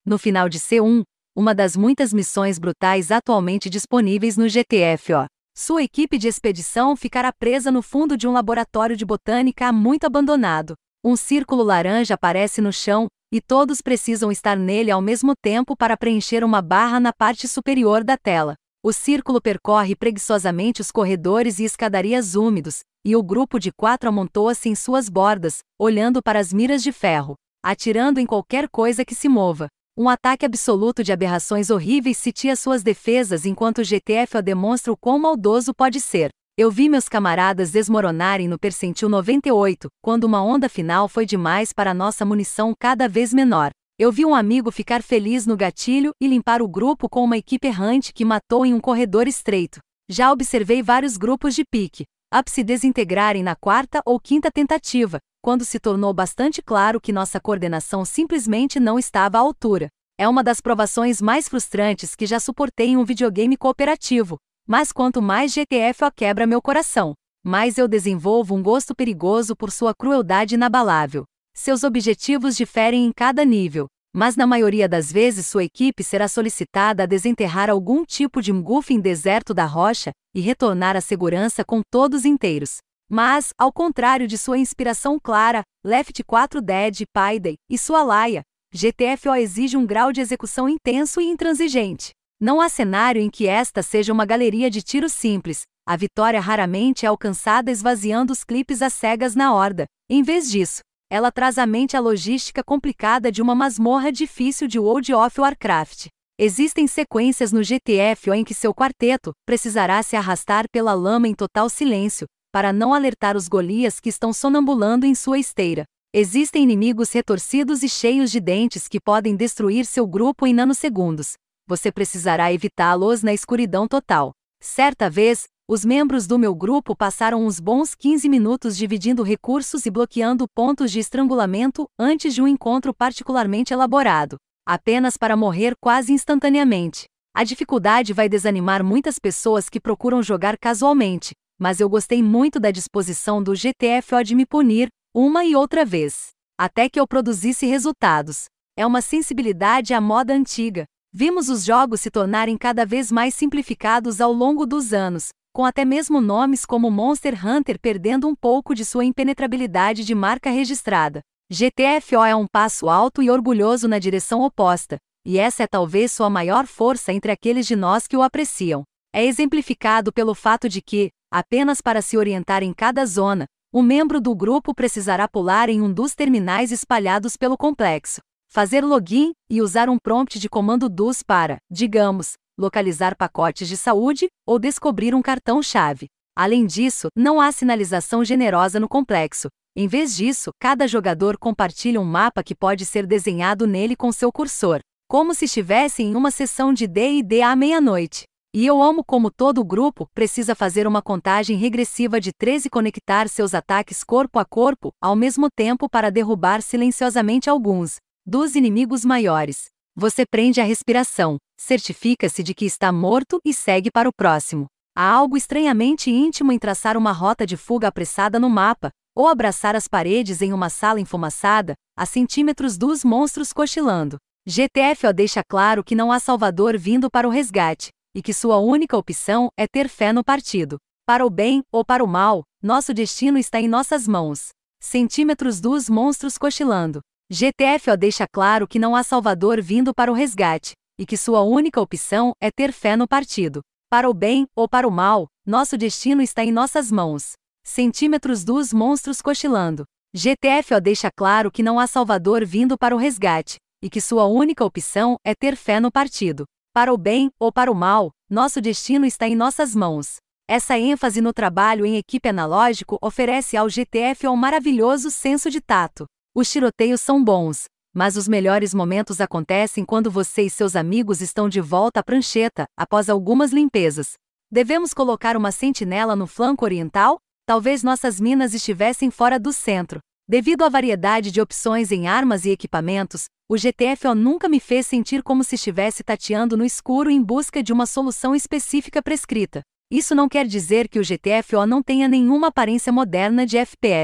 no final de C1, uma das muitas missões brutais atualmente disponíveis no GTFO. Sua equipe de expedição ficará presa no fundo de um laboratório de botânica muito abandonado. Um círculo laranja aparece no chão, e todos precisam estar nele ao mesmo tempo para preencher uma barra na parte superior da tela. O círculo percorre preguiçosamente os corredores e escadarias úmidos, e o grupo de 4 amontoa-se em suas bordas, olhando para as miras de ferro, atirando em qualquer coisa que se mova. Um ataque absoluto de aberrações horríveis sitia suas defesas enquanto o GTFO demonstra o quão maldoso pode ser. Eu vi meus camaradas desmoronarem no percentil 98, quando uma onda final foi demais para nossa munição cada vez menor. Eu vi um amigo ficar feliz no gatilho e limpar o grupo com uma equipe errante que matou em um corredor estreito. Já observei vários grupos de pick-up se desintegrarem na 4ª ou 5ª tentativa, quando se tornou bastante claro que nossa coordenação simplesmente não estava à altura. É uma das provações mais frustrantes que já suportei em um videogame cooperativo, mas quanto mais GTFO quebra meu coração, mais eu desenvolvo um gosto perigoso por sua crueldade inabalável. Seus objetivos diferem em cada nível, mas na maioria das vezes sua equipe será solicitada a desenterrar algum tipo de MGUF em deserto da rocha e retornar à segurança com todos inteiros. Mas, ao contrário de sua inspiração clara, Left 4 Dead, Payday e sua laia, GTFO exige um grau de execução intenso e intransigente. Não há cenário em que esta seja uma galeria de tiros simples. A vitória raramente é alcançada esvaziando os clipes às cegas na horda. Em vez disso, ela traz à mente a logística complicada de uma masmorra difícil de World of Warcraft. Existem sequências no GTFO em que seu quarteto precisará se arrastar pela lama em total silêncio, para não alertar os Golias que estão sonambulando em sua esteira. Existem inimigos retorcidos e cheios de dentes que podem destruir seu grupo em nanosegundos. Você precisará evitá-los na escuridão total. Certa vez, os membros do meu grupo passaram uns bons 15 minutos dividindo recursos e bloqueando pontos de estrangulamento antes de um encontro particularmente elaborado, apenas para morrer quase instantaneamente. A dificuldade vai desanimar muitas pessoas que procuram jogar casualmente, mas eu gostei muito da disposição do GTFO de me punir, uma e outra vez, até que eu produzisse resultados. É uma sensibilidade à moda antiga. Vimos os jogos se tornarem cada vez mais simplificados ao longo dos anos, com até mesmo nomes como Monster Hunter perdendo um pouco de sua impenetrabilidade de marca registrada. GTFO é um passo alto e orgulhoso na direção oposta, e essa é talvez sua maior força entre aqueles de nós que o apreciam. É exemplificado pelo fato de que, apenas para se orientar em cada zona, um membro do grupo precisará pular em um dos terminais espalhados pelo complexo, fazer login e usar um prompt de comando DUS para, digamos, localizar pacotes de saúde ou descobrir um cartão-chave. Além disso, não há sinalização generosa no complexo. Em vez disso, cada jogador compartilha um mapa que pode ser desenhado nele com seu cursor, como se estivesse em uma sessão de D&D à meia-noite. E eu amo como todo o grupo precisa fazer uma contagem regressiva de 13 e conectar seus ataques corpo a corpo, ao mesmo tempo para derrubar silenciosamente alguns dos inimigos maiores. Você prende a respiração, certifica-se de que está morto e segue para o próximo. Há algo estranhamente íntimo em traçar uma rota de fuga apressada no mapa, ou abraçar as paredes em uma sala enfumaçada, a centímetros dos monstros cochilando. GTFO deixa claro que não há salvador vindo para o resgate, e que sua única opção é ter fé no partido. Para o bem ou para o mal, nosso destino está em nossas mãos. Centímetros dos monstros cochilando. GTFO deixa claro que não há salvador vindo para o resgate, e que sua única opção é ter fé no partido. Para o bem ou para o mal, nosso destino está em nossas mãos. Centímetros dos monstros cochilando. GTFO deixa claro que não há salvador vindo para o resgate, e que sua única opção é ter fé no partido. Para o bem ou para o mal, nosso destino está em nossas mãos. Essa ênfase no trabalho em equipe analógico oferece ao GTFO um maravilhoso senso de tato. Os tiroteios são bons, mas os melhores momentos acontecem quando você e seus amigos estão de volta à prancheta, após algumas limpezas. Devemos colocar uma sentinela no flanco oriental? Talvez nossas minas estivessem fora do centro. Devido à variedade de opções em armas e equipamentos, o GTFO nunca me fez sentir como se estivesse tateando no escuro em busca de uma solução específica prescrita. Isso não quer dizer que o GTFO não tenha nenhuma aparência moderna de FPS.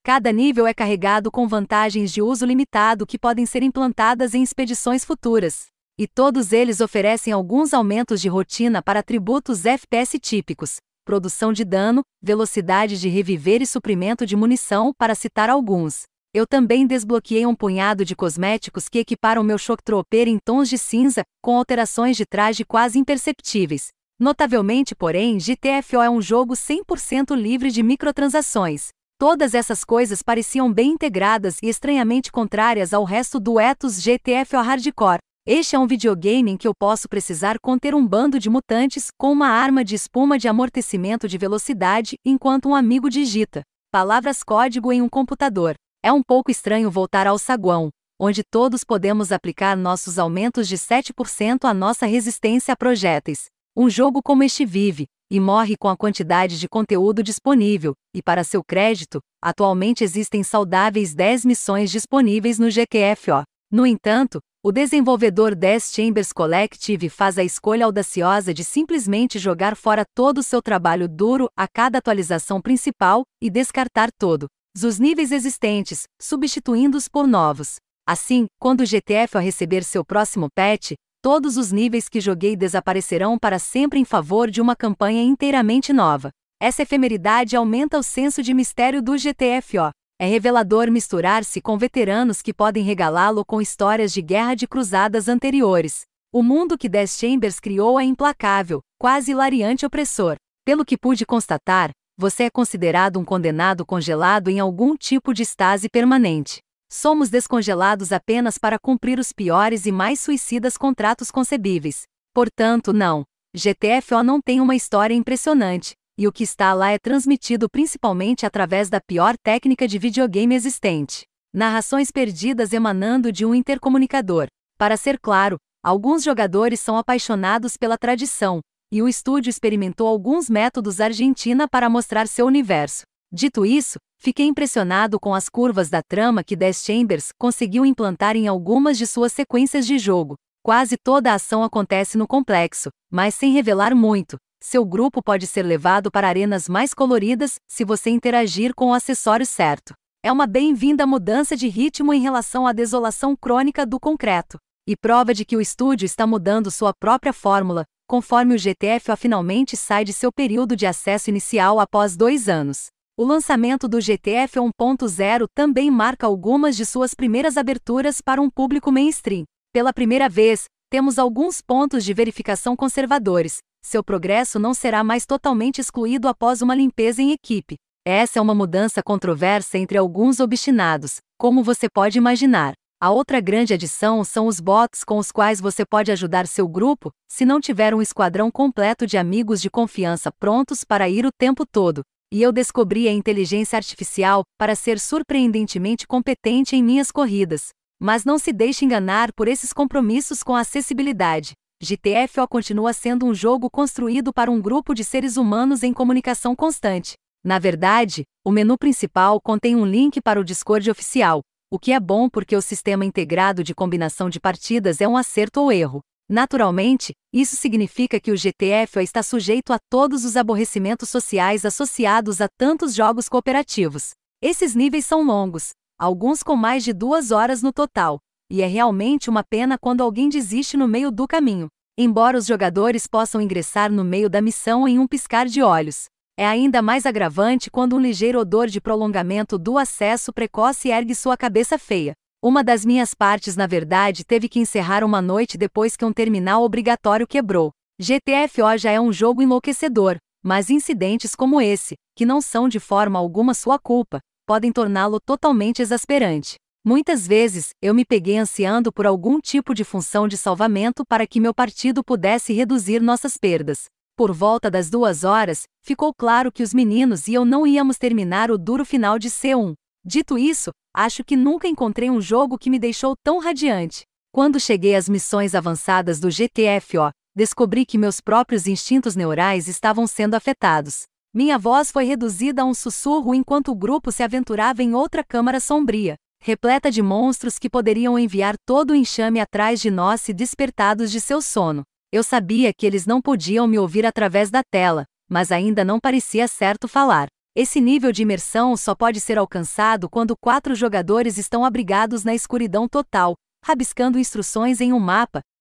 Cada nível é carregado com vantagens de uso limitado que podem ser implantadas em expedições futuras. E todos eles oferecem alguns aumentos de rotina para atributos FPS típicos, produção de dano, velocidade de reviver e suprimento de munição, para citar alguns. Eu também desbloqueei um punhado de cosméticos que equiparam meu Shock Trooper em tons de cinza, com alterações de traje quase imperceptíveis. Notavelmente, porém, GTFO é um jogo 100% livre de microtransações. Todas essas coisas pareciam bem integradas e estranhamente contrárias ao resto do ethos GTFO Hardcore. Este é um videogame em que eu posso precisar conter um bando de mutantes com uma arma de espuma de amortecimento de velocidade enquanto um amigo digita palavras-código em um computador. É um pouco estranho voltar ao saguão, onde todos podemos aplicar nossos aumentos de 7% à nossa resistência a projéteis. Um jogo como este vive e morre com a quantidade de conteúdo disponível, e para seu crédito, atualmente existem saudáveis 10 missões disponíveis no GTFO. No entanto, o desenvolvedor Death Chambers Collective faz a escolha audaciosa de simplesmente jogar fora todo o seu trabalho duro a cada atualização principal e descartar todos os níveis existentes, substituindo-os por novos. Assim, quando o GTFO receber seu próximo patch, todos os níveis que joguei desaparecerão para sempre em favor de uma campanha inteiramente nova. Essa efemeridade aumenta o senso de mistério do GTFO. É revelador misturar-se com veteranos que podem regalá-lo com histórias de guerra de cruzadas anteriores. O mundo que Death Chambers criou é implacável, quase hilariante e opressor. Pelo que pude constatar, você é considerado um condenado congelado em algum tipo de estase permanente. Somos descongelados apenas para cumprir os piores e mais suicidas contratos concebíveis. Portanto, não. GTFO não tem uma história impressionante, e o que está lá é transmitido principalmente através da pior técnica de videogame existente. Narrações perdidas emanando de um intercomunicador. Para ser claro, alguns jogadores são apaixonados pela tradição, e o estúdio experimentou alguns métodos Argentina para mostrar seu universo. Dito isso, fiquei impressionado com as curvas da trama que Death Chambers conseguiu implantar em algumas de suas sequências de jogo. Quase toda a ação acontece no complexo, mas sem revelar muito. Seu grupo pode ser levado para arenas mais coloridas se você interagir com o acessório certo. É uma bem-vinda mudança de ritmo em relação à desolação crônica do concreto. E prova de que o estúdio está mudando sua própria fórmula, conforme o GTFO finalmente sai de seu período de acesso inicial após 2 anos. O lançamento do GTFO 1.0 também marca algumas de suas primeiras aberturas para um público mainstream. Pela primeira vez, temos alguns pontos de verificação conservadores. Seu progresso não será mais totalmente excluído após uma limpeza em equipe. Essa é uma mudança controversa entre alguns obstinados, como você pode imaginar. A outra grande adição são os bots com os quais você pode ajudar seu grupo, se não tiver um esquadrão completo de amigos de confiança prontos para ir o tempo todo. E eu descobri a inteligência artificial para ser surpreendentemente competente em minhas corridas. Mas não se deixe enganar por esses compromissos com a acessibilidade. GTFO continua sendo um jogo construído para um grupo de seres humanos em comunicação constante. Na verdade, o menu principal contém um link para o Discord oficial, o que é bom porque o sistema integrado de combinação de partidas é um acerto ou erro. Naturalmente, isso significa que o GTFO está sujeito a todos os aborrecimentos sociais associados a tantos jogos cooperativos. Esses níveis são longos, alguns com mais de 2 horas no total, e é realmente uma pena quando alguém desiste no meio do caminho. Embora os jogadores possam ingressar no meio da missão em um piscar de olhos. É ainda mais agravante quando um ligeiro odor de prolongamento do acesso precoce ergue sua cabeça feia. Uma das minhas partes, na verdade, teve que encerrar uma noite depois que um terminal obrigatório quebrou. GTFO já é um jogo enlouquecedor, mas incidentes como esse, que não são de forma alguma sua culpa, podem torná-lo totalmente exasperante. Muitas vezes, eu me peguei ansiando por algum tipo de função de salvamento para que meu partido pudesse reduzir nossas perdas. Por volta das 2 horas, ficou claro que os meninos e eu não íamos terminar o duro final de C1. Dito isso, acho que nunca encontrei um jogo que me deixou tão radiante. Quando cheguei às missões avançadas do GTFO, descobri que meus próprios instintos neurais estavam sendo afetados. Minha voz foi reduzida a um sussurro enquanto o grupo se aventurava em outra câmara sombria, repleta de monstros que poderiam enviar todo o enxame atrás de nós se despertados de seu sono. Eu sabia que eles não podiam me ouvir através da tela, mas ainda não parecia certo falar. Esse nível de imersão só pode ser alcançado quando 4 jogadores estão abrigados na escuridão total, rabiscando instruções em um mapa,